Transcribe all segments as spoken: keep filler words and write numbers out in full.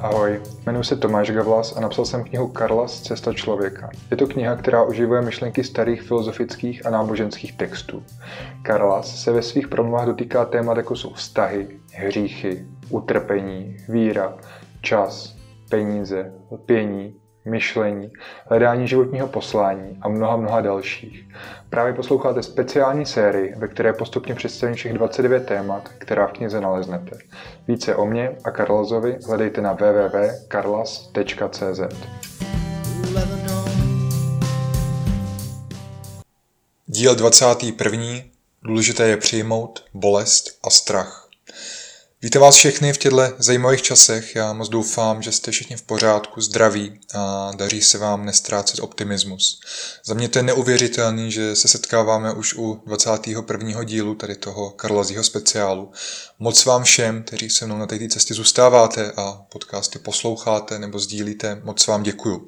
Ahoj, jmenuji se Tomáš Gavlas a napsal jsem knihu Karlas, Cesta člověka. Je to kniha, která oživuje myšlenky starých filozofických a náboženských textů. Karlas se ve svých promluvách dotýká témat, jako jsou vztahy, hříchy, utrpení, víra, čas, peníze, lpění, myšlení, hledání životního poslání a mnoha mnoha dalších. Právě posloucháte speciální sérii, ve které postupně představím všech dvacet devět témat, která v knize naleznete. Více o mně a Karlasovi hledejte na w w w tečka karlas tečka c z. Díl dvacátý první. Důležité je přijmout bolest a strach. Vítám vás všechny v těchto zajímavých časech. Já moc doufám, že jste všichni v pořádku, zdraví a daří se vám nestrácet optimismus. Za mě to je neuvěřitelný, že se setkáváme už u dvacátého prvního dílu tady toho Karlasího speciálu. Moc vám všem, kteří se mnou na této cestě zůstáváte a podcasty posloucháte nebo sdílíte, moc vám děkuju.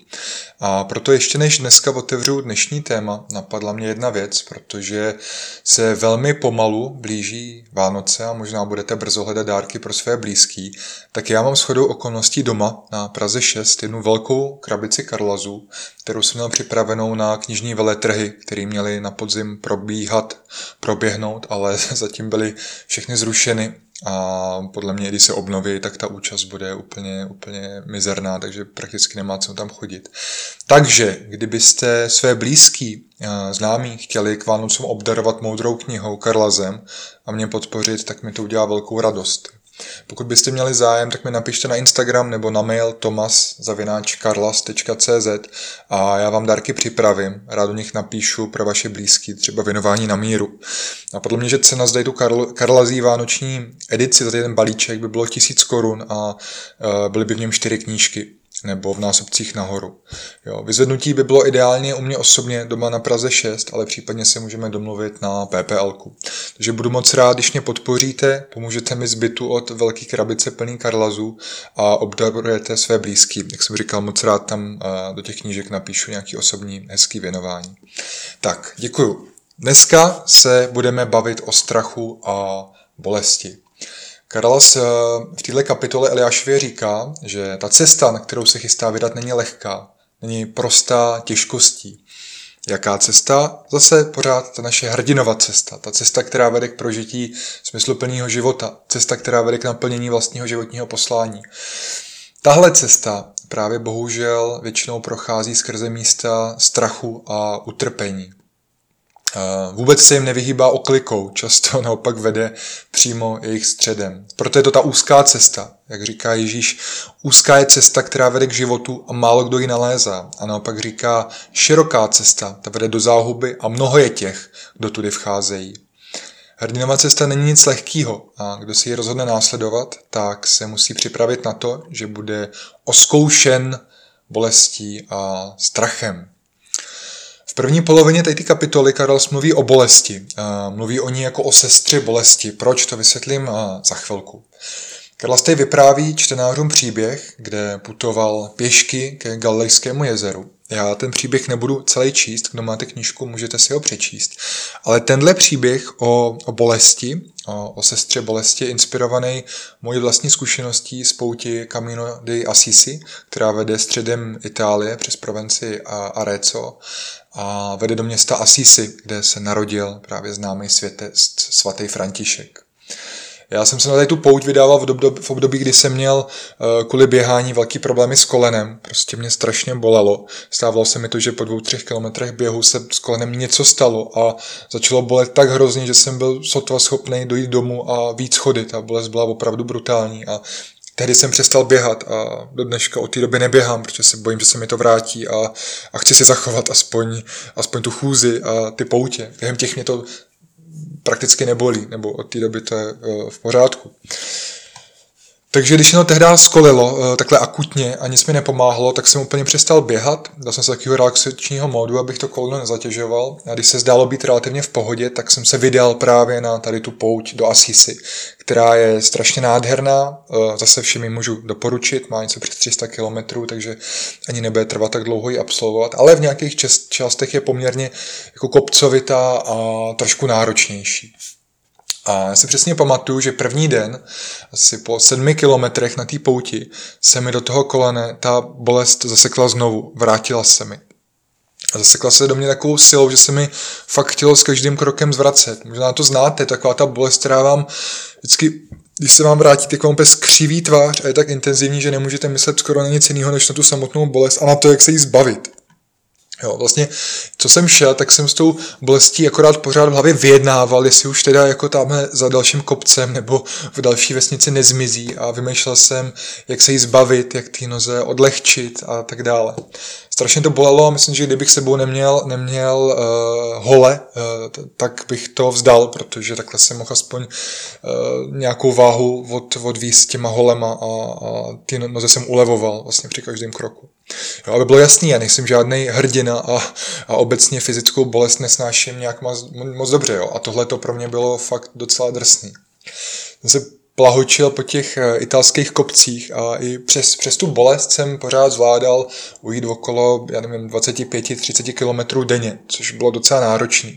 A proto ještě než dneska otevřu dnešní téma, napadla mě jedna věc, protože se velmi pomalu blíží Vánoce a možná budete brzo hledat dárky pro své blízký, tak já mám shodou okolností doma na Praze šest jednu velkou krabici Karlasů, kterou jsem měl připravenou na knižní veletrhy, které měly na podzim probíhat, proběhnout, ale zatím byly všechny zrušeny. A podle mě, když se obnoví, tak ta účast bude úplně, úplně mizerná, takže prakticky nemá co tam chodit. Takže, kdybyste své blízký známí chtěli k Vánocům obdarovat moudrou knihou Karlasem a mě podpořit, tak mi to udělá velkou radost. Pokud byste měli zájem, tak mi napište na Instagram nebo na mail tomas zavináč karlas tečka c z a já vám dárky připravím. Rád do nich napíšu pro vaše blízky, třeba věnování na míru. A podle mě, že cena zde tu Karl, Karlasí vánoční edici za ten balíček by bylo tisíc korun a e, byly by v něm čtyři knížky nebo v násobcích nahoru. Jo, vyzvednutí by bylo ideálně u mě osobně doma na Praze šest, ale případně se můžeme domluvit na P P L ku. Takže budu moc rád, když mě podpoříte, pomůžete mi zbytu od velké krabice plný Karlasů a obdarujete své blízký. Jak jsem říkal, moc rád tam do těch knížek napíšu nějaký osobní hezký věnování. Tak, děkuju. Dneska se budeme bavit o strachu a bolesti. Karlas v této kapitole Eliášově říká, že ta cesta, na kterou se chystá vydat, není lehká, není prostá těžkostí. Jaká cesta? Zase pořád ta naše hrdinová cesta, ta cesta, která vede k prožití smysluplného života, cesta, která vede k naplnění vlastního životního poslání. Tahle cesta právě bohužel většinou prochází skrze místa strachu a utrpení. Vůbec se jim nevyhýbá oklikou, často naopak vede přímo jejich středem. Proto je to ta úzká cesta, jak říká Ježíš, úzká je cesta, která vede k životu a málo kdo ji nalézá. A naopak říká, široká cesta, ta vede do záhuby a mnoho je těch, kdo tudy vcházejí. Hrdinová cesta není nic lehkého a kdo si ji rozhodne následovat, tak se musí připravit na to, že bude oskoušen bolestí a strachem. V první polovině této kapitoly Karlas mluví o bolesti. Mluví o ní jako o sestře bolesti. Proč? To vysvětlím za chvilku. Karlas tady vypráví čtenářům příběh, kde putoval pěšky ke Galilejskému jezeru. Já ten příběh nebudu celý číst, kdo máte knížku, můžete si ho přečíst. Ale tenhle příběh o, o bolesti, o, o sestře bolesti je inspirovaný mojí vlastní zkušeností z pouti Camino di Assisi, která vede středem Itálie přes provincii Arezzo a vede do města Assisi, kde se narodil právě známý světec svatý František. Já jsem se na tu pouť vydával v období, v období, kdy jsem měl uh, kvůli běhání velký problémy s kolenem. Prostě mě strašně bolelo. Stávalo se mi to, že po dvou, třech kilometrech běhu se s kolenem něco stalo a začalo bolet tak hrozně, že jsem byl sotva schopný dojít domů a víc chodit. Ta bolest byla opravdu brutální a tehdy jsem přestal běhat a do dneška od té doby neběhám, protože se bojím, že se mi to vrátí a, a chci si zachovat aspoň, aspoň tu chůzi a ty poutě. Během těch mě to prakticky nebolí, nebo od té doby to je v pořádku. Takže když mě to tehdy skolilo takhle akutně a nic mi nepomáhlo, tak jsem úplně přestal běhat. Dal jsem se takového relaxačního módu, abych to koleno nezatěžoval. A když se zdálo být relativně v pohodě, tak jsem se vydal právě na tady tu pouť do Assisi, která je strašně nádherná. Zase všem ji můžu doporučit, má něco přes tři sta kilometrů, takže ani nebude trvat tak dlouho ji absolvovat. Ale v nějakých částech je poměrně jako kopcovitá a trošku náročnější. A já si přesně pamatuju, že první den, asi po sedmi kilometrech na té pouti, se mi do toho kolene ta bolest zasekla znovu, vrátila se mi. A zasekla se do mě takovou silou, že se mi fakt chtělo s každým krokem zvracet. Možná to znáte, taková ta bolest, která vám vždycky, když se vám vrátí, tak vám úplně skřiví tvář a je tak intenzivní, že nemůžete myslet skoro na nic jiného, než na tu samotnou bolest a na to, jak se jí zbavit. Jo, vlastně, co jsem šel, tak jsem s tou bolestí akorát pořád v hlavě vyjednával, jestli už teda jako tamhle za dalším kopcem nebo v další vesnici nezmizí a vymýšlel jsem, jak se jí zbavit, jak ty noze odlehčit a tak dále. Strašně to bolelo a myslím, že kdybych sebou neměl, neměl uh, hole, uh, tak bych to vzdal, protože takhle jsem mohl aspoň uh, nějakou váhu od, odvízt těma holema a, a ty noze jsem ulevoval vlastně při každém kroku. Jo, aby bylo jasný, já nejsem žádnej hrdina a, a obecně fyzickou bolest nesnáším nějak moc, moc dobře. Jo. A tohle to pro mě bylo fakt docela drsný. Jsem se plahočil po těch italských kopcích a i přes, přes tu bolest jsem pořád zvládal ujít okolo, já nevím, dvacet pět třicet kilometrů denně, což bylo docela náročný.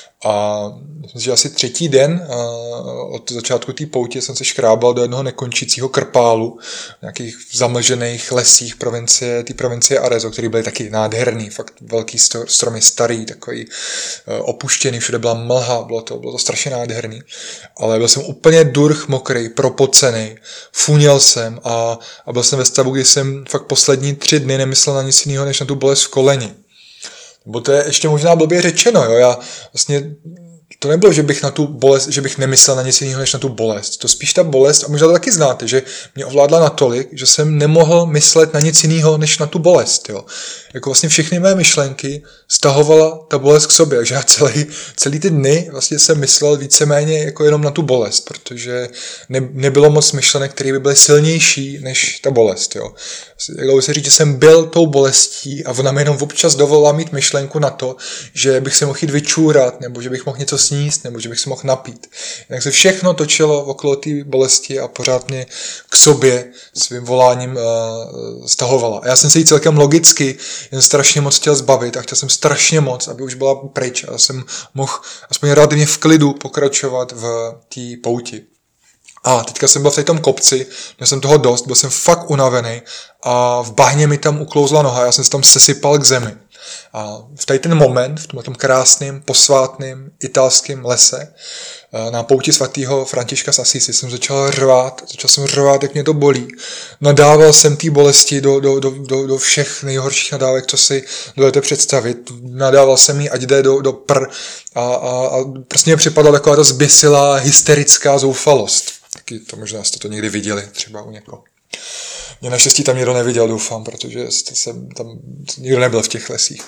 A myslím, že asi třetí den od začátku té poutě jsem se škrábal do jednoho nekončícího krpálu v nějakých zamlžených lesích provincie, té provincie Arezzo, který byly taky nádherný, fakt velký stromy, starý, takový opuštěný, všude byla mlha, bylo to, bylo to strašně nádherný, ale byl jsem úplně durch, mokrý, propocený, funěl jsem a, a byl jsem ve stavu, kdy jsem fakt poslední tři dny nemyslel na nic jiného, než na tu bolest v koleni. Bo to je ještě možná blbě řečeno, jo, já vlastně, to nebylo, že bych na tu bolest, že bych nemyslel na nic jiného, než na tu bolest. To spíš ta bolest, a možná to taky znáte, že mě ovládla natolik, že jsem nemohl myslet na nic jiného, než na tu bolest, jo. Jako vlastně všechny mé myšlenky stahovala ta bolest k sobě, takže já celý, celý ty dny vlastně jsem myslel víceméně jako jenom na tu bolest, protože ne, nebylo moc myšlenek, které by byly silnější než ta bolest, jo. Jak se říct, že jsem byl tou bolestí a ona mi jenom občas dovolila mít myšlenku na to, že bych se mohl jít vyčůrat, nebo že bych mohl něco sníst, nebo že bych se mohl napít. Jinak se všechno točilo okolo té bolesti a pořád mě k sobě svým voláním uh, stahovala. A já jsem se jí celkem logicky jen strašně moc chtěl zbavit a chtěl jsem strašně moc, aby už byla pryč a jsem mohl aspoň relativně v klidu pokračovat v té pouti. A teďka jsem byl v tom kopci, měl jsem toho dost, byl jsem fakt unavený a v bahně mi tam uklouzla noha, já jsem se tam sesypal k zemi. A v tady ten moment, v tomhle krásném, posvátném italském lese, na pouti svatého Františka z Assisi jsem začal řvát, začal jsem řvát, jak mě to bolí. Nadával jsem té bolesti do, do, do, do, do všech nejhorších nadávek, co si dovedete představit. Nadával jsem jí, ať jde do, do pr a, a, a prostě mě připadala taková ta zběsilá, hysterická zoufalost. Taky to možná jste to někdy viděli, třeba u někoho. Mě naštěstí tam nikdo neviděl, doufám, protože jsem tam nikdo nebyl v těch lesích.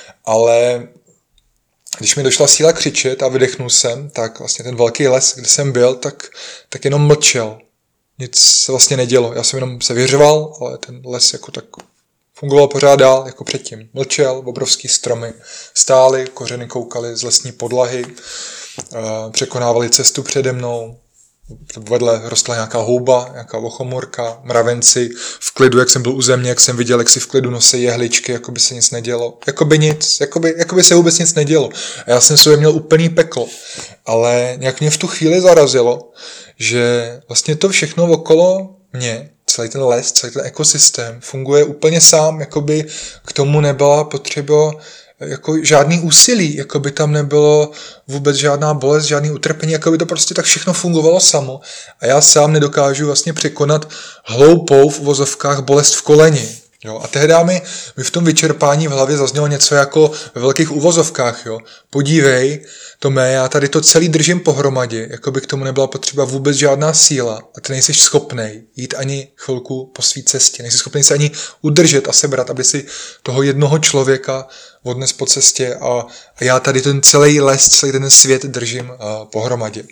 Ale když mi došla síla křičet a vydechnul jsem, tak vlastně ten velký les, kde jsem byl, tak, tak jenom mlčel. Nic se vlastně nedělo. Já jsem jenom se vyřval, ale ten les jako tak fungoval pořád dál, jako předtím. Mlčel, obrovský stromy stály, kořeny koukaly z lesní podlahy, překonávali cestu přede mnou. Vedle rostla nějaká houba, nějaká ochomorka, mravenci, v klidu, jak jsem byl u země, jak jsem viděl, jak si v klidu nosí jehličky, jako by se nic nedělo. Jakoby nic, jakoby, jakoby se vůbec nic nedělo. A já jsem sobě měl úplný peklo. Ale nějak mě v tu chvíli zarazilo, že vlastně to všechno okolo mě, celý ten les, celý ten ekosystém funguje úplně sám, jakoby k tomu nebyla potřeba jako žádný úsilí, jako by tam nebylo vůbec žádná bolest, žádný utrpení, jako by to prostě tak všechno fungovalo samo. A já sám nedokážu vlastně překonat hloupou v uvozovkách bolest v koleni. Jo? A tehdy mi, mi v tom vyčerpání v hlavě zaznělo něco jako ve velkých uvozovkách. Jo? Podívej, Tome, já tady to celý držím pohromadě, jako by k tomu nebyla potřeba vůbec žádná síla a ty nejsi schopnej jít ani chvilku po svý cestě, nejsi schopnej se ani udržet a sebrat, aby si toho jednoho člověka odnes po cestě a, a já tady ten celý les, celý ten svět držím a, pohromadě.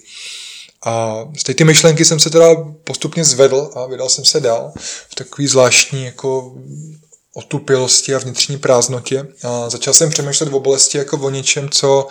A z té ty myšlenky jsem se teda postupně zvedl a vydal jsem se dál v takový zvláštní jako otupilosti a vnitřní prázdnotě a začal jsem přemýšlet o bolesti jako o něčem, co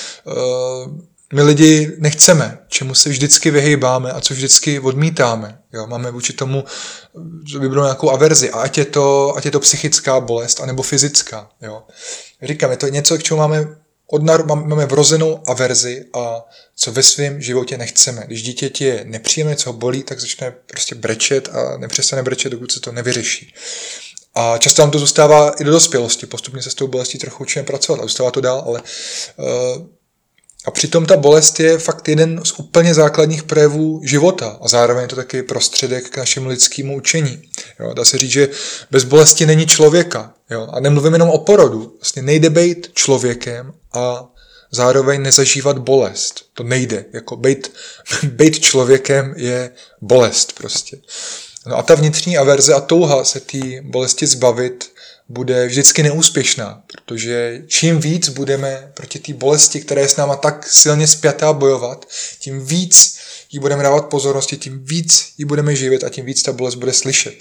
uh, my lidi nechceme, čemu se vždycky vyhejbáme a co vždycky odmítáme. Jo? Máme vůči tomu vybranou nějakou averzi a ať je to, ať je to psychická bolest anebo fyzická. Jo? Říkám, je to něco, k čemu máme od nar- máme vrozenou averzi a co ve svém životě nechceme. Když dítěti je nepříjemné, co ho bolí, tak začne prostě brečet a nepřestane brečet, dokud se to nevyřeší. A často nám to zůstává i do dospělosti. Postupně se s tou bolestí trochu učíme pracovat a zůstává to dál, ale uh, a přitom ta bolest je fakt jeden z úplně základních projevů života a zároveň je to taky prostředek k našemu lidskému učení. Jo, dá se říct, že bez bolesti není člověka. Jo, a nemluvím jenom o porodu. Vlastně nejde být člověkem a zároveň nezažívat bolest. To nejde. Jako být, být člověkem je bolest prostě. No a ta vnitřní averze a touha se té bolesti zbavit bude vždycky neúspěšná, protože čím víc budeme proti té bolesti, která je s náma tak silně spjatá, bojovat, tím víc jí budeme dávat pozornosti, tím víc jí budeme živit a tím víc ta bolest bude slyšet.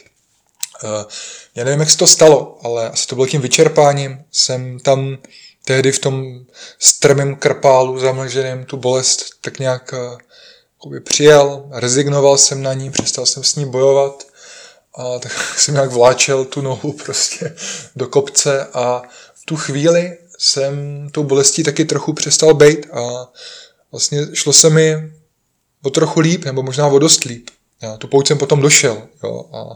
Já nevím, jak se to stalo, ale asi to bylo tím vyčerpáním. Jsem tam tehdy v tom strmém krpálu zamlženém tu bolest tak nějak přijal, rezignoval jsem na ní, přestal jsem s ní bojovat. A tak jsem nějak vláčel tu nohu prostě do kopce a v tu chvíli jsem tou bolestí taky trochu přestal bejt a vlastně šlo se mi o trochu líp, nebo možná o dost líp. Já tu pouť jsem potom došel, jo, a,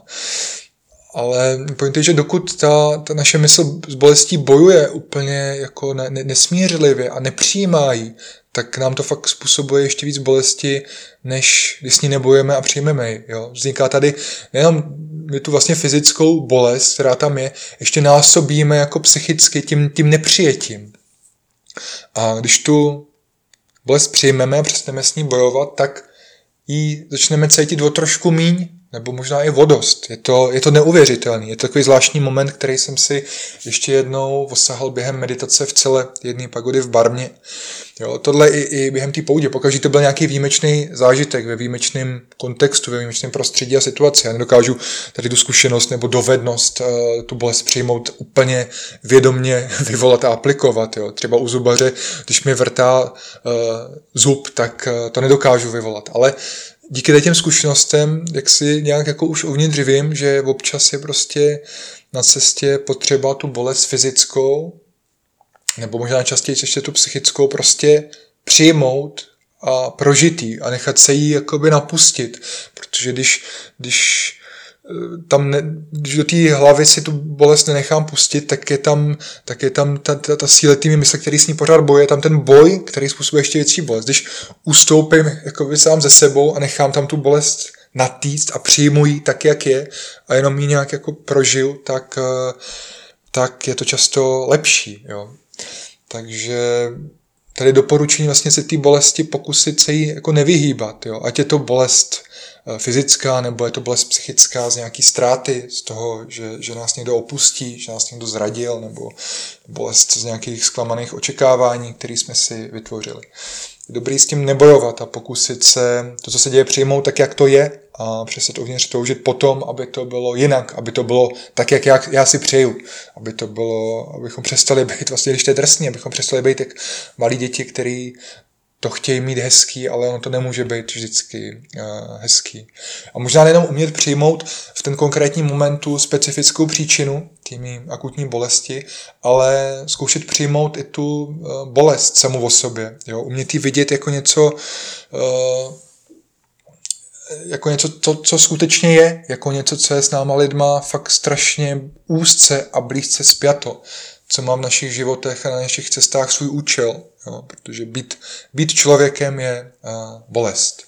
ale pointa je, že dokud ta, ta naše mysl s bolestí bojuje úplně jako ne, ne, nesmířlivě a nepřijímá ji, tak nám to fakt způsobuje ještě víc bolesti, než když s ní nebojujeme a přijmeme ji. Jo. Vzniká tady nejenom my tu vlastně fyzickou bolest, která tam je, ještě násobíme jako psychicky tím, tím nepřijetím. A když tu bolest přijmeme a přestaneme s ní bojovat, tak ji začneme cítit o trošku míň, nebo možná i o dost. Je to, je to neuvěřitelný. Je to takový zvláštní moment, který jsem si ještě jednou osahal během meditace v celé jedné pagody v Barmě. Jo, tohle i, i během té poudě. Pokaždé to byl nějaký výjimečný zážitek ve výjimečném kontextu, ve výjimečném prostředí a situaci. Já nedokážu tady tu zkušenost nebo dovednost uh, tu bolest přijmout úplně vědomně vyvolat a aplikovat. Jo. Třeba u zubaře, když mi vrtá uh, zub, tak uh, to nedokážu vyvolat. Ale díky těm zkušenostem, jak si nějak jako už uvnitř vím, že občas je prostě na cestě potřeba tu bolest fyzickou, nebo možná častěji ještě tu psychickou, prostě přijmout a prožitý a nechat se jí jakoby napustit. Protože když, když tam ne, když do té hlavy si tu bolest nenechám pustit, tak je tam, tak je tam ta, ta, ta síla tými mysle, který s ní pořád bojuje, tam ten boj, který způsobuje ještě větší bolest. Když ustoupím jakoby sám ze sebou a nechám tam tu bolest natýct a přijmu ji tak, jak je a jenom ji nějak jako prožiju, tak, tak je to často lepší. Jo. Takže tady doporučení vlastně se té bolesti pokusit se jí jako nevyhýbat. Jo. Ať je to bolest fyzická, nebo je to bolest psychická z nějaký ztráty, z toho, že, že nás někdo opustí, že nás někdo zradil, nebo bolest z nějakých zklamaných očekávání, které jsme si vytvořili. Je dobrý s tím nebojovat a pokusit se to, co se děje, přijmout tak, jak to je a přestat uvnitř toužit potom, aby to bylo jinak, aby to bylo tak, jak já, já si přeju, aby to bylo, abychom přestali být, vlastně když to je drsný, abychom přestali být jak malí děti, který to chtějí mít hezký, ale ono to nemůže být vždycky uh, hezký. A možná nejenom umět přijmout v ten konkrétní momentu specifickou příčinu tými akutní bolesti, ale zkoušet přijmout i tu uh, bolest samou o sobě. Jo? Umět ji vidět jako něco, uh, jako něco, co, co skutečně je, jako něco, co je s náma lidma fakt strašně úzce a blízce spjato, co má v našich životech a na našich cestách svůj účel, jo? Protože být, být člověkem je uh, bolest.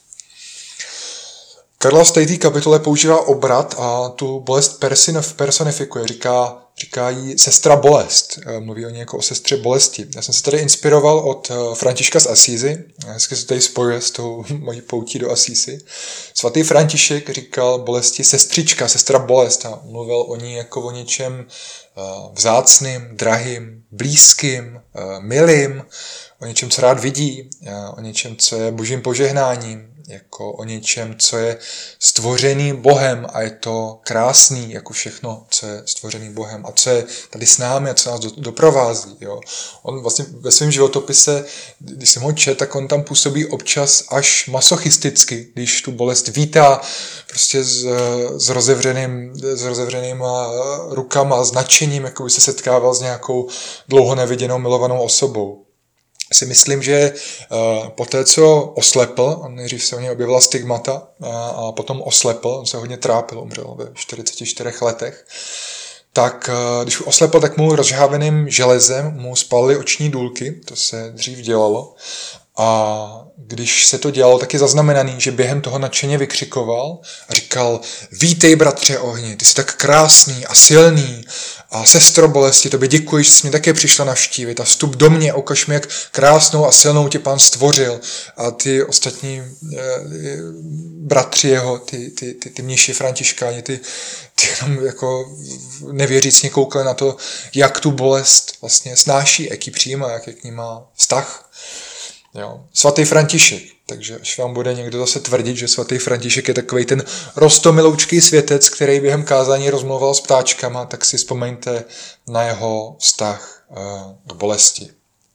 Karla v této kapitole používá obrat a tu bolest personifikuje, říká, říká jí sestra bolest, mluví o ní jako o sestře bolesti. Já jsem se tady inspiroval od Františka z Asízy, hezky se tady spojuje s tou mojí poutí do Asízy. Svatý František říkal bolesti sestřička, sestra bolest a mluvil o ní jako o něčem vzácným, drahým, blízkým, milým, o něčem, co rád vidí, o něčem, co je božím požehnáním, jako o něčem, co je stvořený Bohem a je to krásný, jako všechno, co je stvořený Bohem a co je tady s námi a co nás doprovází. Jo. On vlastně ve svém životopise, když jsem ho čet, tak on tam působí občas až masochisticky, když tu bolest vítá prostě s, s, rozevřeným, s rozevřenýma rukama, s nadšením, jako by se setkával s nějakou dlouho neviděnou milovanou osobou. si myslím, že po té, co oslepl, nejdřív se u něj objevila stigmata a potom oslepl, on se hodně trápil, umřel ve čtyřiceti čtyřech letech, tak když oslepl, tak mu rozžháveným železem mu spalily oční důlky, to se dřív dělalo. A když se to dělalo, tak je zaznamenaný, že během toho nadšeně vykřikoval a říkal: vítej, bratře ohni, ty jsi tak krásný a silný a sestro bolesti, tobě děkuji, že jsi mě také přišla navštívit a vstup do mě, ukaž mi, jak krásnou a silnou tě Pán stvořil. A ty ostatní eh, bratři jeho, ty, ty, ty, ty mniši františkáni, ty, ty jenom jako nevěřícně koukali na to, jak tu bolest vlastně snáší, jak ji přijímá, jak, jak k ní má vztah. Jo. Svatý František, takže až vám bude někdo zase tvrdit, že svatý František je takovej ten roztomiloučký světec, který během kázání rozmluval s ptáčkama, tak si vzpomeňte na jeho vztah k bolesti.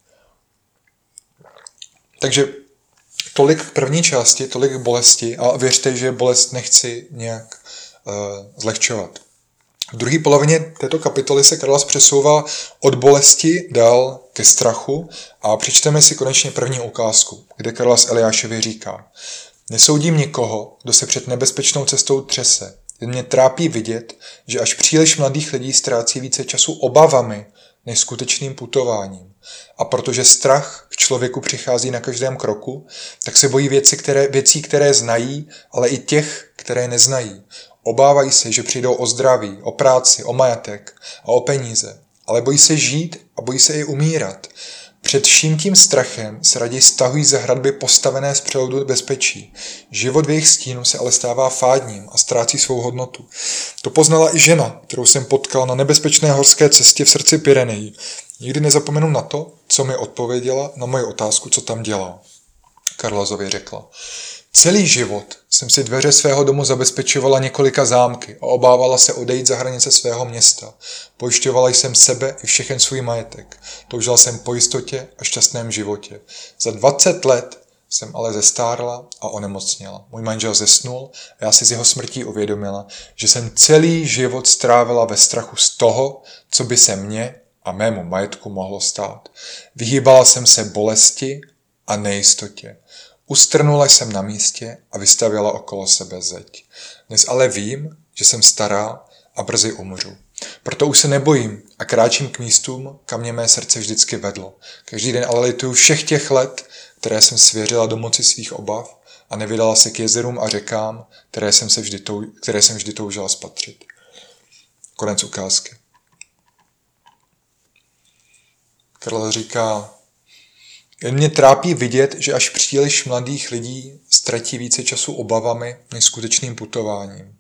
Takže tolik k první části, tolik k bolesti a věřte, že bolest nechci nějak uh, zlehčovat. V druhé polovině této kapitoly se Karlas přesouvá od bolesti dál ke strachu a přečteme si konečně první ukázku, kde Karlas Eliášovi říká: nesoudím nikoho, kdo se před nebezpečnou cestou třese. Jen mě trápí vidět, že až příliš mladých lidí ztrácí více času obavami než skutečným putováním. A protože strach k člověku přichází na každém kroku, tak se bojí věci, které, věcí, které znají, ale i těch, které neznají. Obávají se, že přijdou o zdraví, o práci, o majetek a o peníze, ale bojí se žít a bojí se i umírat. Před vším tím strachem se raději stahují za hradby postavené z přelodu bezpečí. Život v jejich stínu se ale stává fádním a ztrácí svou hodnotu. To poznala i žena, kterou jsem potkal na nebezpečné horské cestě v srdci Pyrenejí. Nikdy nezapomenu na to, co mi odpověděla na moji otázku, co tam dělá. Karlasovi řekla: celý život jsem si dveře svého domu zabezpečovala několika zámky a obávala se odejít za hranice svého města. Pojišťovala jsem sebe i všechen svůj majetek. Toužila jsem po jistotě a šťastném životě. Za dvacet let jsem ale zestárla a onemocněla. Můj manžel zesnul a já si z jeho smrtí uvědomila, že jsem celý život strávila ve strachu z toho, co by se mně a mému majetku mohlo stát. Vyhýbala jsem se bolesti a nejistotě. Ustrnula jsem na místě a vystavěla okolo sebe zeď. Dnes ale vím, že jsem stará a brzy umřu. Proto už se nebojím a kráčím k místům, kam mě mé srdce vždycky vedlo. Každý den ale lituju všech těch let, které jsem svěřila do moci svých obav a nevydala se k jezerům a řekám, které jsem, se vždy, tou, které jsem vždy toužila spatřit. Konec ukázky. Karla říká: jen mě trápí vidět, že až příliš mladých lidí ztratí více času obavami než skutečným putováním.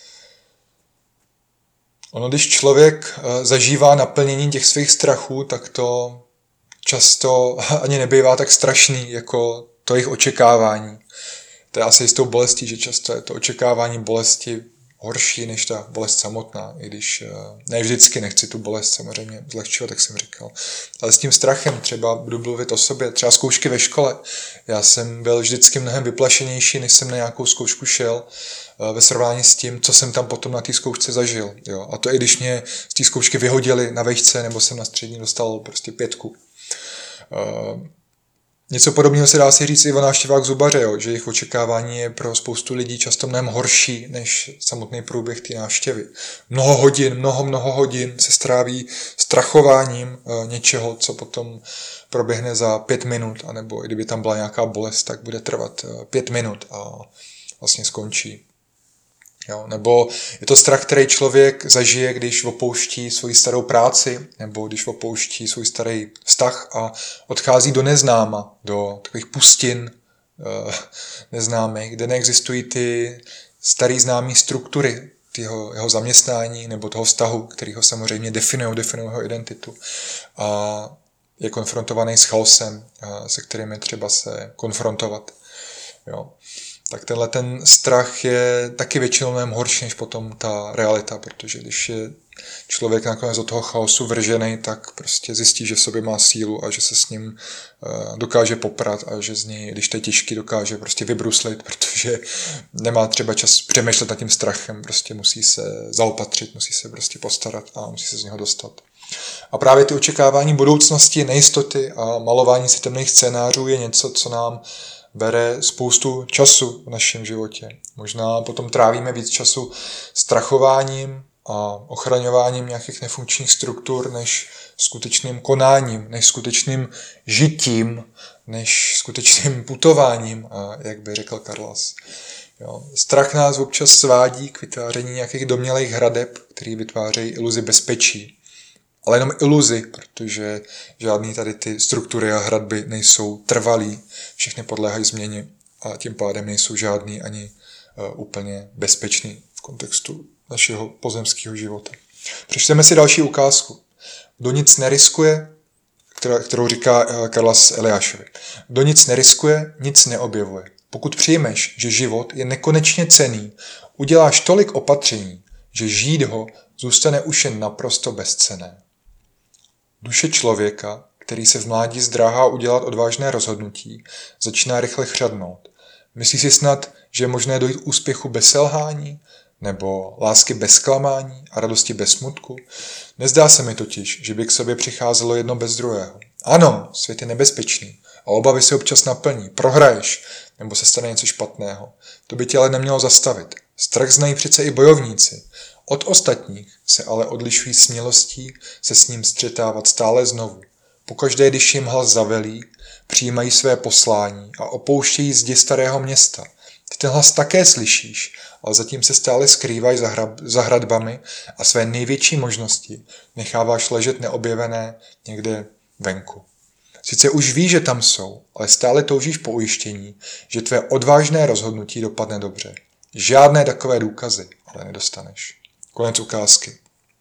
Ono, když člověk zažívá naplnění těch svých strachů, tak to často ani nebývá tak strašný, jako to jejich očekávání. To je asi i s tou bolestí, že často je to očekávání bolesti horší než ta bolest samotná, i když ne vždycky, nechci tu bolest samozřejmě zlehčovat, tak jsem říkal. Ale s tím strachem třeba budu mluvit o sobě, třeba zkoušky ve škole. Já jsem byl vždycky mnohem vyplašenější, než jsem na nějakou zkoušku šel, ve srovnání s tím, co jsem tam potom na té zkoušce zažil. Jo. A to i když mě z té zkoušky vyhodili na vejšce, nebo jsem na střední dostal prostě pětku. Uh, Něco podobného se dá si říct i o návštěvách zubaře, jo, že jejich očekávání je pro spoustu lidí často mnohem horší než samotný průběh té návštěvy. Mnoho hodin, mnoho, mnoho hodin se stráví strachováním e, něčeho, co potom proběhne za pět minut, anebo i kdyby tam byla nějaká bolest, tak bude trvat e, pět minut a vlastně skončí. Jo, nebo je to strach, který člověk zažije, když opouští svoji starou práci, nebo když opouští svůj starý vztah a odchází do neznáma, do takových pustin e, neznámých, kde neexistují ty starý známé struktury jeho, jeho zaměstnání nebo toho vztahu, který ho samozřejmě definují, definují jeho identitu. A je konfrontovaný s chaosem, se kterým je třeba se konfrontovat. Jo. Tak tenhle ten strach je taky většinou mnohem horší než potom ta realita, protože když je člověk nakonec do toho chaosu vržený, tak prostě zjistí, že v sobě má sílu a že se s ním dokáže poprat a že z něj, když to je těžký, dokáže prostě vybruslit, protože nemá třeba čas přemýšlet nad tím strachem, prostě musí se zaopatřit, musí se prostě postarat a musí se z něho dostat. A právě ty očekávání budoucnosti, nejistoty a malování si temných scénářů je něco, co nám bere spoustu času v našem životě. Možná potom trávíme víc času strachováním a ochraňováním nějakých nefunkčních struktur, než skutečným konáním, než skutečným žitím, než skutečným putováním, jak by řekl Karlas. Jo. Strach nás občas svádí k vytváření nějakých domnělých hradeb, které vytvářejí iluzi bezpečí. Ale jenom iluzi, protože žádný tady ty struktury a hradby nejsou trvalý, všechny podléhají změně a tím pádem nejsou žádný ani uh, úplně bezpečný v kontextu našeho pozemského života. Přečteme si další ukázku. Kdo nic neriskuje, kterou říká Karlas Eliášovi. Kdo nic neriskuje, nic neobjevuje. Pokud přijmeš, že život je nekonečně cenný, uděláš tolik opatření, že žít ho zůstane už jen naprosto bezcenné. Duše člověka, který se v mládí zdráhá udělat odvážné rozhodnutí, začíná rychle chřadnout. Myslí si snad, že je možné dojít k úspěchu bez selhání, nebo lásky bez zklamání a radosti bez smutku? Nezdá se mi totiž, že by k sobě přicházelo jedno bez druhého. Ano, svět je nebezpečný a obavy se občas naplní, prohraješ, nebo se stane něco špatného. To by tě ale nemělo zastavit. Strach znají přece i bojovníci. Od ostatních se ale odlišují smělostí se s ním střetávat stále znovu. Pokaždé, když jim hlas zavelí, přijímají své poslání a opouštějí zdi starého města. Ty ten hlas také slyšíš, ale zatím se stále skrývají za, hra, za hradbami a své největší možnosti necháváš ležet neobjevené někde venku. Sice už víš, že tam jsou, ale stále toužíš po ujištění, že tvé odvážné rozhodnutí dopadne dobře. Žádné takové důkazy ale nedostaneš. Konec ukázky.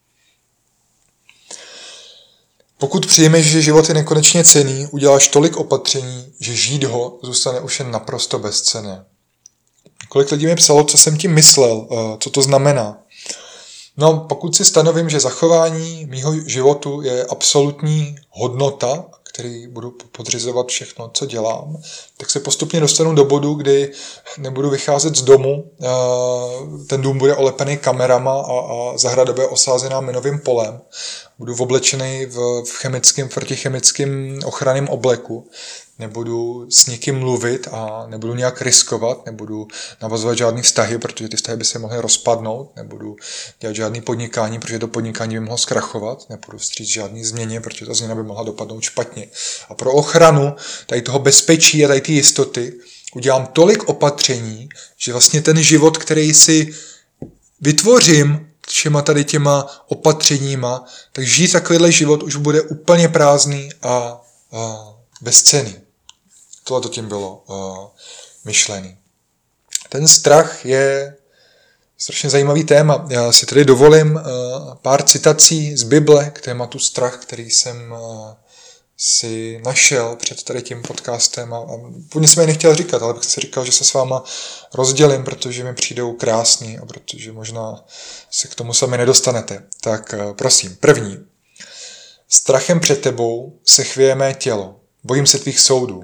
Pokud přijmeš, že život je nekonečně cenný, uděláš tolik opatření, že žít ho zůstane už jen naprosto bezcenné. Kolik lidí mi psalo, co jsem tím myslel, co to znamená. No, pokud si stanovím, že zachování mýho životu je absolutní hodnota, který budu podřizovat všechno, co dělám, tak se postupně dostanu do bodu, kdy nebudu vycházet z domu, ten dům bude olepený kamerama a, a zahrada bude osázená minovým polem. Budu oblečený v, v chemickém, protichemickém ochranném obleku. Nebudu s nikým mluvit a nebudu nějak riskovat, nebudu navazovat žádný vztahy, protože ty vztahy by se mohly rozpadnout, nebudu dělat žádný podnikání, protože to podnikání by mohlo zkrachovat, nebudu vstříc žádný změně, protože ta změna by mohla dopadnout špatně. A pro ochranu tady toho bezpečí a tady ty jistoty udělám tolik opatření, že vlastně ten život, který si vytvořím všema tady těma opatřeníma, tak žít takovýhle život už bude úplně prázdný a, a bezcenný. Tohle to tím bylo uh, myšlený. Ten strach je strašně zajímavý téma. Já si tady dovolím uh, pár citací z Bible k tématu strach, který jsem uh, si našel před tady tím podcastem. A, a původně jsem je nechtěl říkat, ale bych si říkal, že se s váma rozdělím, protože mi přijdou krásný a protože možná se k tomu sami nedostanete. Tak uh, prosím, první. Strachem před tebou se chvěje mé tělo. Bojím se tvých soudů.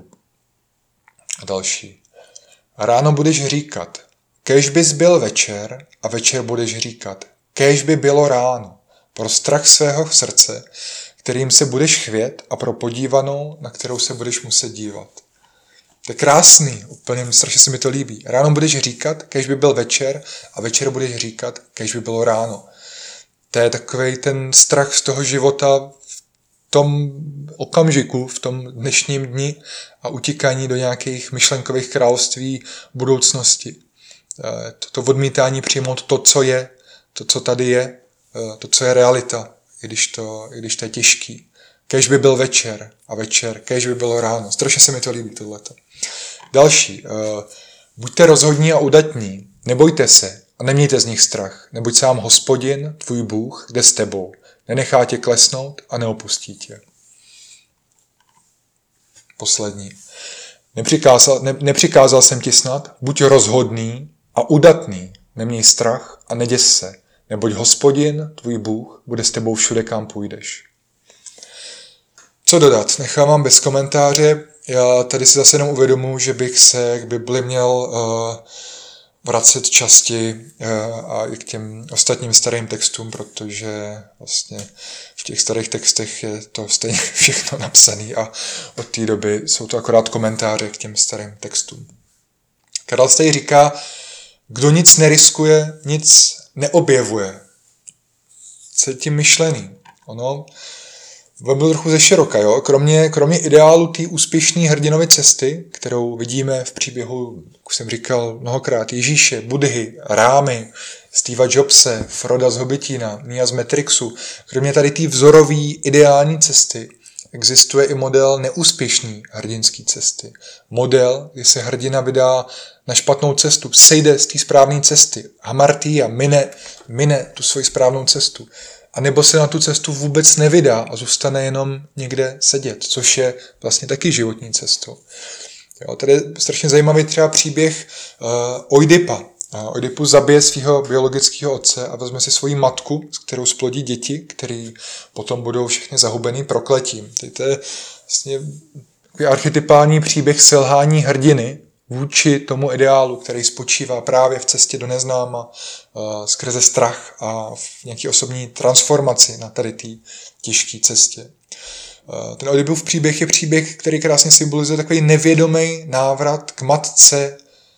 A další. Ráno budeš říkat, kéž bys byl večer, a večer budeš říkat, kéž by bylo ráno, pro strach svého srdce, kterým se budeš chvět a pro podívanou, na kterou se budeš muset dívat. To je krásný, úplně strašně se mi to líbí. Ráno budeš říkat, kéž by byl večer, a večer budeš říkat, kéž by bylo ráno. To je takovej ten strach z toho života v tom okamžiku, v tom dnešním dni a utíkání do nějakých myšlenkových království budoucnosti. To odmítání přijmout to, co je, to, co tady je, to, co je realita, i když to, i když to je těžký. Kéž by byl večer a večer, kéž by bylo ráno. Strašně se mi to líbí tohleto. Další. Buďte rozhodní a udatní, nebojte se a nemějte z nich strach, neboť sám Hospodin, tvůj Bůh, jde s tebou. Nenechá tě klesnout a neopustí tě. Poslední. Nepřikázal, ne, nepřikázal jsem ti snad, buď rozhodný a udatný, neměj strach a neděs se, neboť Hospodin, tvůj Bůh, bude s tebou všude, kam půjdeš. Co dodat? Nechávám bez komentáře. Já tady si zase jenom uvědomuji, že bych se k Bibli měl uh, vracet častěji a i k těm ostatním starým textům, protože vlastně v těch starých textech je to stejně všechno napsané a od té doby jsou to akorát komentáře k těm starým textům. Karel Stej říká, kdo nic neriskuje, nic neobjevuje. Co je tím myšlený? Ono byl trochu ze široka, jo? Kromě, kromě ideálu té úspěšné hrdinovy cesty, kterou vidíme v příběhu, jak jsem říkal mnohokrát, Ježíše, Budhy, Rámy, Steva Jobse, Froda z Hobbitina, Nia z Matrixu, kromě tady té vzorové ideální cesty, existuje i model neúspěšný hrdinský cesty. Model, kdy se hrdina vydá na špatnou cestu, sejde z té správné cesty, hamartí a mine, mine tu svoji správnou cestu. A nebo se na tu cestu vůbec nevydá a zůstane jenom někde sedět, což je vlastně taky životní cestou. Jo, tady je strašně zajímavý třeba příběh uh, Oidipa. Uh, Oidipus zabije svého biologického otce a vezme si svoji matku, s kterou splodí děti, které potom budou všechny zahubený prokletím. To je vlastně takový archetypální příběh selhání hrdiny vůči tomu ideálu, který spočívá právě v cestě do neznáma, uh, skrze strach a v nějaké osobní transformaci na tady té těžké cestě. Uh, ten Oidipův příběh je příběh, který krásně symbolizuje takový nevědomý návrat k matce,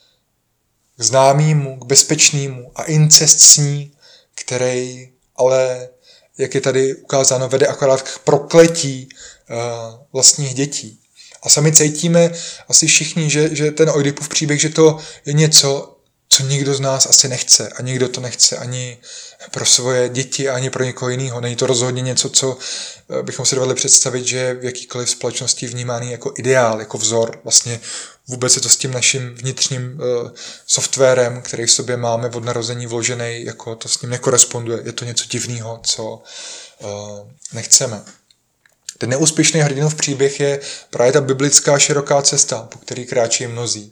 k známému, k bezpečnému a incest s ní, který ale, jak je tady ukázáno, vede akorát k prokletí uh, vlastních dětí. A sami cítíme asi všichni, že, že ten Oidipův příběh, že to je něco, co nikdo z nás asi nechce. A nikdo to nechce ani pro svoje děti, ani pro někoho jiného. Není to rozhodně něco, co bychom si dovedli představit, že je v jakýkoliv společnosti vnímaný jako ideál, jako vzor. Vlastně vůbec je to s tím naším vnitřním uh, softwarem, který v sobě máme od narození vložený, jako to s ním nekoresponduje. Je to něco divného, co uh, nechceme. Ten neúspěšný hrdinův příběh je právě ta biblická široká cesta, po který kráčí mnozí.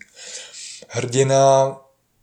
Hrdina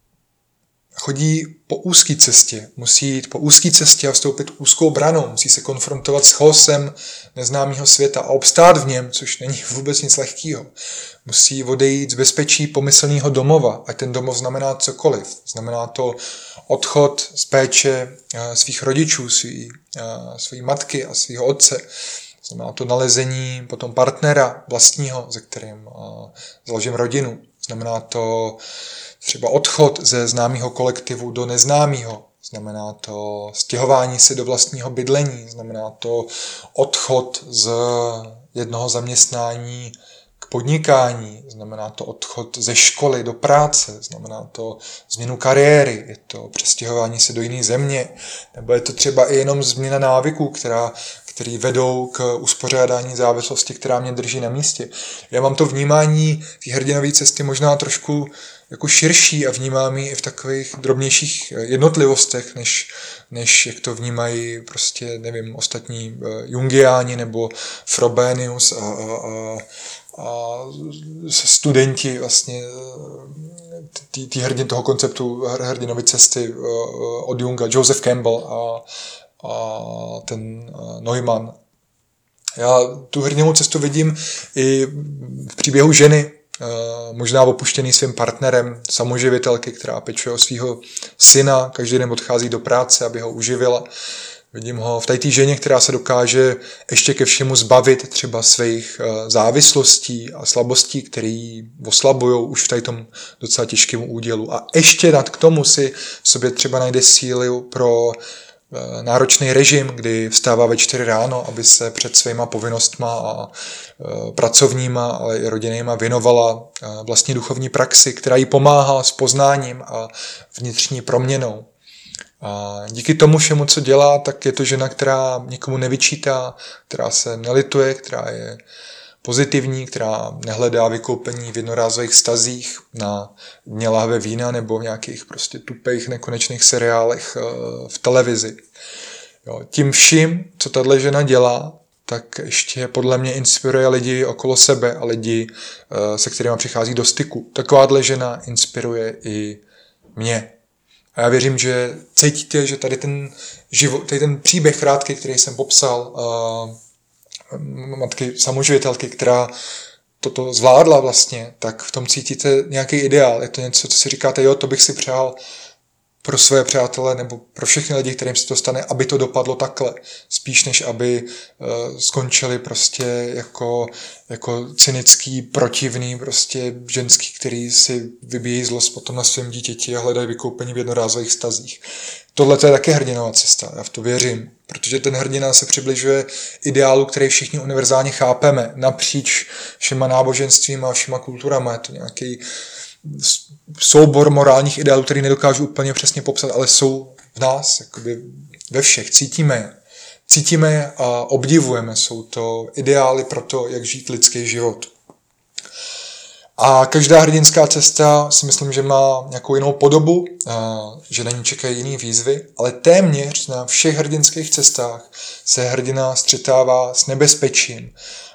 chodí po úzké cestě, musí jít po úzké cestě a vstoupit úzkou branou, musí se konfrontovat s chaosem neznámého světa a obstát v něm, což není vůbec nic lehkého. Musí odejít z bezpečí pomyslného domova, ať ten domov znamená cokoliv. Znamená to odchod z péče svých rodičů, svý, svý matky a svého otce. Znamená to nalezení potom partnera vlastního, ze kterým uh, založím rodinu. Znamená to třeba odchod ze známého kolektivu do neznámého. Znamená to stěhování se do vlastního bydlení. Znamená to odchod z jednoho zaměstnání k podnikání. Znamená to odchod ze školy do práce. Znamená to změnu kariéry. Je to přestěhování se do jiné země. Nebo je to třeba i jenom změna návyků, která který vedou k uspořádání závislosti, která mě drží na místě. Já mám to vnímání té hrdinové cesty možná trošku jako širší a vnímám ji i v takových drobnějších jednotlivostech, než, než jak to vnímají prostě, nevím, ostatní jungiáni nebo Frobenius a, a, a, a studenti vlastně tý, tý hrdin, toho konceptu hrdinové cesty od Junga, Joseph Campbell a a ten Neumann. Já tu hrdinovou cestu vidím i v příběhu ženy, možná opuštěný svým partnerem, samoživitelky, která pečuje o svého syna, každý den odchází do práce, aby ho uživila. Vidím ho v té ženě, která se dokáže ještě ke všemu zbavit třeba svých závislostí a slabostí, které oslabují už v tady tom docela těžkém údělu. A ještě nad k tomu si v sobě třeba najde síly pro náročný režim, kdy vstává ve čtyři ráno, aby se před svýma povinnostma a e, pracovníma, ale i rodinnýma věnovala e, vlastní duchovní praxi, která jí pomáhá s poznáním a vnitřní proměnou. A díky tomu všemu, co dělá, tak je to žena, která nikomu nevyčítá, která se nelituje, která je pozitivní, která nehledá vykoupení v jednorázových vztazích na dně lahve vína nebo v nějakých prostě tupých nekonečných seriálech v televizi. Jo, tím vším, co tato žena dělá, tak ještě podle mě inspiruje lidi okolo sebe a lidi, se kterými přichází do styku. Takováhle žena inspiruje i mě. A já věřím, že cítíte, že tady ten, život, tady ten příběh krátký, který jsem popsal, matky samoživitelky, která toto zvládla vlastně, tak v tom cítíte nějaký ideál. Je to něco, co si říkáte, jo, to bych si přál pro své přátele nebo pro všechny lidi, kterým se to stane, aby to dopadlo takhle. Spíš než aby uh, skončili prostě jako, jako cynický, protivný prostě ženský, který si vybíjí zlost potom na svém dítěti a hledají vykoupení v jednorázových vztazích. Tohle to je taky hrdinová cesta, já v to věřím, protože ten hrdina se přibližuje ideálu, který všichni univerzálně chápeme, napříč všema náboženstvím a všema kulturama. Je to nějaký soubor morálních ideálů, který nedokážu úplně přesně popsat, ale jsou v nás, jakoby ve všech. Cítíme je. Cítíme je a obdivujeme. Jsou to ideály pro to, jak žít lidský život. A každá hrdinská cesta si myslím, že má nějakou jinou podobu, že na ní čekají jiný výzvy, ale téměř na všech hrdinských cestách se hrdina střetává s nebezpečím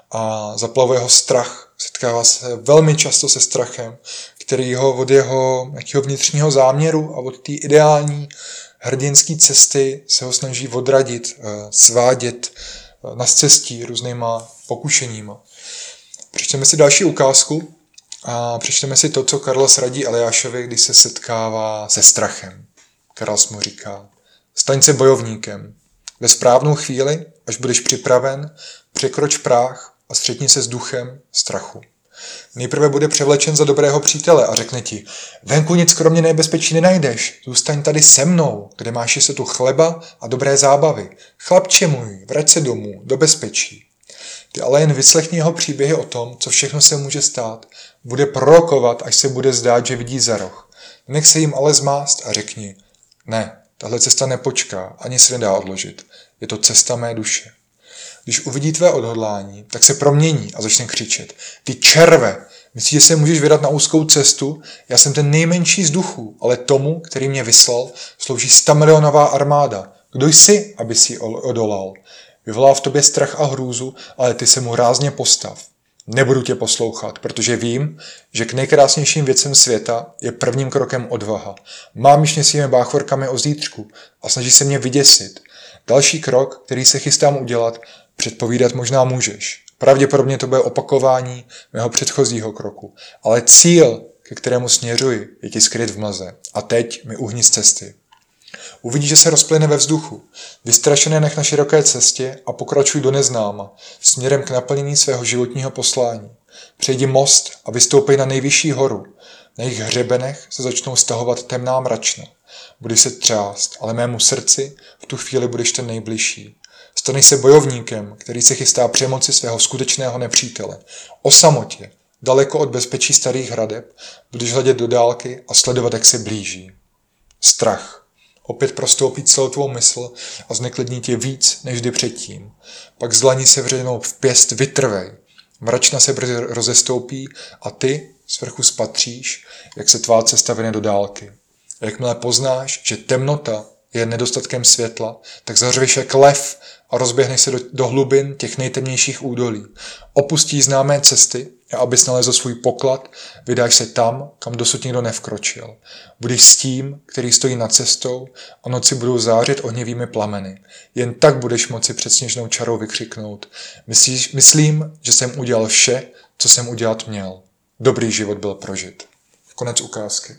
a zaplavuje ho strach. Setkává se velmi často se strachem, který ho od jeho jakého vnitřního záměru a od té ideální hrdinské cesty se ho snaží odradit, svádět na cestí různýma pokušeníma. Přečteme si další ukázku a přečteme si to, co Carlos radí Eliášovi, když se setkává se strachem. Carlos mu říká, staň se bojovníkem. Ve správnou chvíli, až budeš připraven, překroč práh a střetni se s duchem strachu. Nejprve bude převlečen za dobrého přítele a řekne ti, venku nic kromě nebezpečí nenajdeš, zůstaň tady se mnou, kde máš jistotu chleba a dobré zábavy. Chlapče můj, vrať se domů, do bezpečí. Ty ale jen vyslechni jeho příběhy o tom, co všechno se může stát. Bude prorokovat, až se bude zdát, že vidí za roh. Nech se jim ale zmást a řekni, ne, tahle cesta nepočká, ani se nedá odložit. Je to cesta mé duše. Když uvidí tvé odhodlání, tak se promění a začne křičet. Ty červe, myslíš, že se můžeš vydat na úzkou cestu? Já jsem ten nejmenší z duchů, ale tomu, který mě vyslal, slouží stamilionová armáda. Kdo jsi, aby si odolal? Vyvolá v tobě strach a hrůzu, ale ty se mu rázně postav. Nebudu tě poslouchat, protože vím, že k nejkrásnějším věcem světa je prvním krokem odvaha. Mámíš mě svými báchorkami o zítřku a snaží se mě vyděsit. Další krok, který se chystám udělat, předpovídat možná můžeš. Pravděpodobně to bude opakování mého předchozího kroku. Ale cíl, ke kterému směřuji, je ti skryt v mlze. A teď mi uhni z cesty. Uvidíš, že se rozplyne ve vzduchu. Vystrašené nech na široké cestě a pokračuj do neznáma, směrem k naplnění svého životního poslání. Přejdi most a vystoupej na nejvyšší horu. Na jejich hřebenech se začnou stahovat temná mračna. Budeš se třást, ale mému srdci v tu chvíli budeš ten nejbližší. Stanej se bojovníkem, který se chystá přemoci svého skutečného nepřítele. O samotě, daleko od bezpečí starých hradeb, budeš hledět do dálky a sledovat, jak se blíží. Strach. Opět prostoupí celou tvou mysl a zneklidní tě víc, než kdy předtím. Pak zlaní se vřednou v pěst vytrvej. Mračna se brzy rozestoupí a ty svrchu spatříš, jak se tvá cesta vyne do dálky. A jakmile poznáš, že temnota je nedostatkem světla, tak zařveš jak lev a rozběhneš se do, do hlubin těch nejtemnějších údolí. Opustíš známé cesty a abys nalezl svůj poklad, vydáš se tam, kam dosud nikdo nevkročil. Budeš s tím, který stojí nad cestou a noci budou zářit ohnivými plameny. Jen tak budeš moci před sněžnou čarou vykřiknout. Myslíš, myslím, že jsem udělal vše, co jsem udělat měl. Dobrý život byl prožit. Konec ukázky.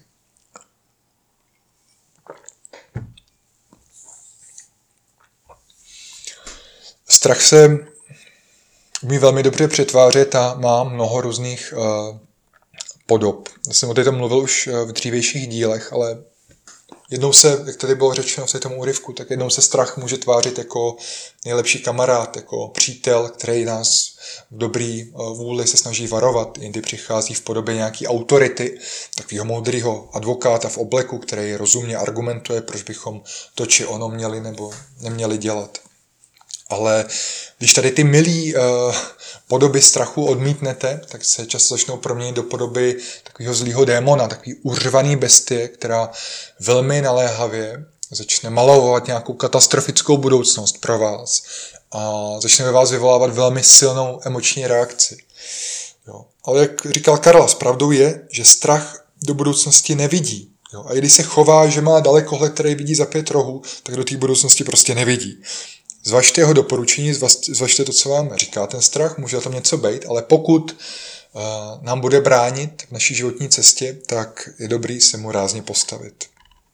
Strach se umí velmi dobře přetvářet a má mnoho různých uh, podob. Já jsem o tom mluvil už v dřívějších dílech, ale jednou se, jak tady bylo řečeno v tom úryvku, tak jednou se strach může tvářit jako nejlepší kamarád, jako přítel, který nás v dobrý uh, vůli se snaží varovat. Jindy přichází v podobě nějaký autority, takového moudrého advokáta v obleku, který rozumně argumentuje, proč bychom to či ono měli nebo neměli dělat. Ale když tady ty milý uh, podoby strachu odmítnete, tak se často začnou proměnit do podoby takového zlýho démona, takový uřvaný bestie, která velmi naléhavě začne malovat nějakou katastrofickou budoucnost pro vás a začne ve vás vyvolávat velmi silnou emoční reakci. Jo. Ale jak říkal Carlos, pravdou je, že strach do budoucnosti nevidí. Jo. A i když se chová, že má dalekohled, který vidí za pět rohů, tak do té budoucnosti prostě nevidí. Zvažte jeho doporučení, zvažte to, co vám říká ten strach, může tam něco být, ale pokud nám bude bránit v naší životní cestě, tak je dobrý se mu rázně postavit.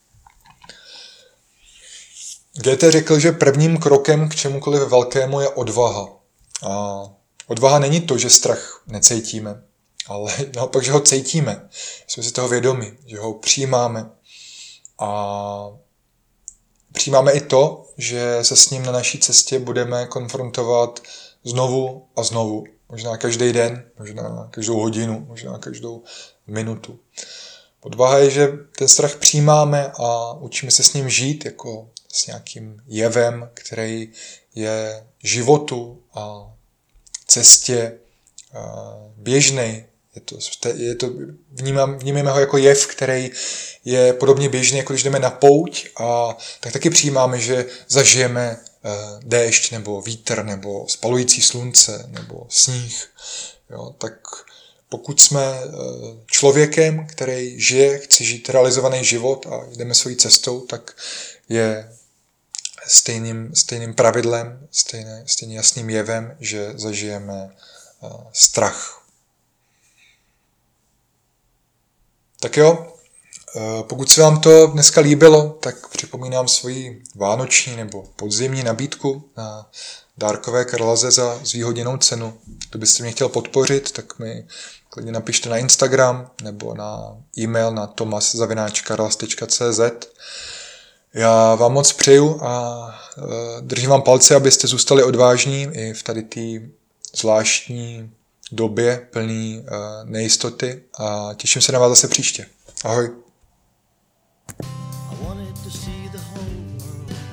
Goethe řekl, že prvním krokem k čemukoliv velkému je odvaha. A odvaha není to, že strach necítíme, ale naopak, že ho cítíme. Jsme si toho vědomi, že ho přijímáme. A přijímáme i to, že se s ním na naší cestě budeme konfrontovat znovu a znovu. Možná každý den, možná každou hodinu, možná každou minutu. Odvaha je, že ten strach přijímáme a učíme se s ním žít jako s nějakým jevem, který je životu a cestě běžnej. Je to, je to, vnímám, vnímáme ho jako jev, který je podobně běžný, jako když jdeme na pouť, a tak taky přijímáme, že zažijeme déšť nebo vítr nebo spalující slunce nebo sníh. Jo, tak pokud jsme člověkem, který žije, chce žít realizovaný život a jdeme svojí cestou, tak je stejným, stejným pravidlem, stejně, stejně jasným jevem, že zažijeme strach. Tak jo, pokud se vám to dneska líbilo, tak připomínám svoji vánoční nebo podzimní nabídku na dárkové Karlaze za zvýhodněnou cenu. Kdybyste mě chtěl podpořit, tak mi klidně napište na Instagram nebo na e-mail na tomas zavináč karlas tečka cé zet. Já vám moc přeju a držím vám palce, abyste zůstali odvážní i v tady té zvláštní době plný nejistoty, a těším se na vás zase příště. Ahoj.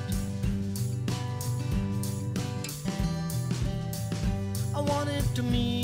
To me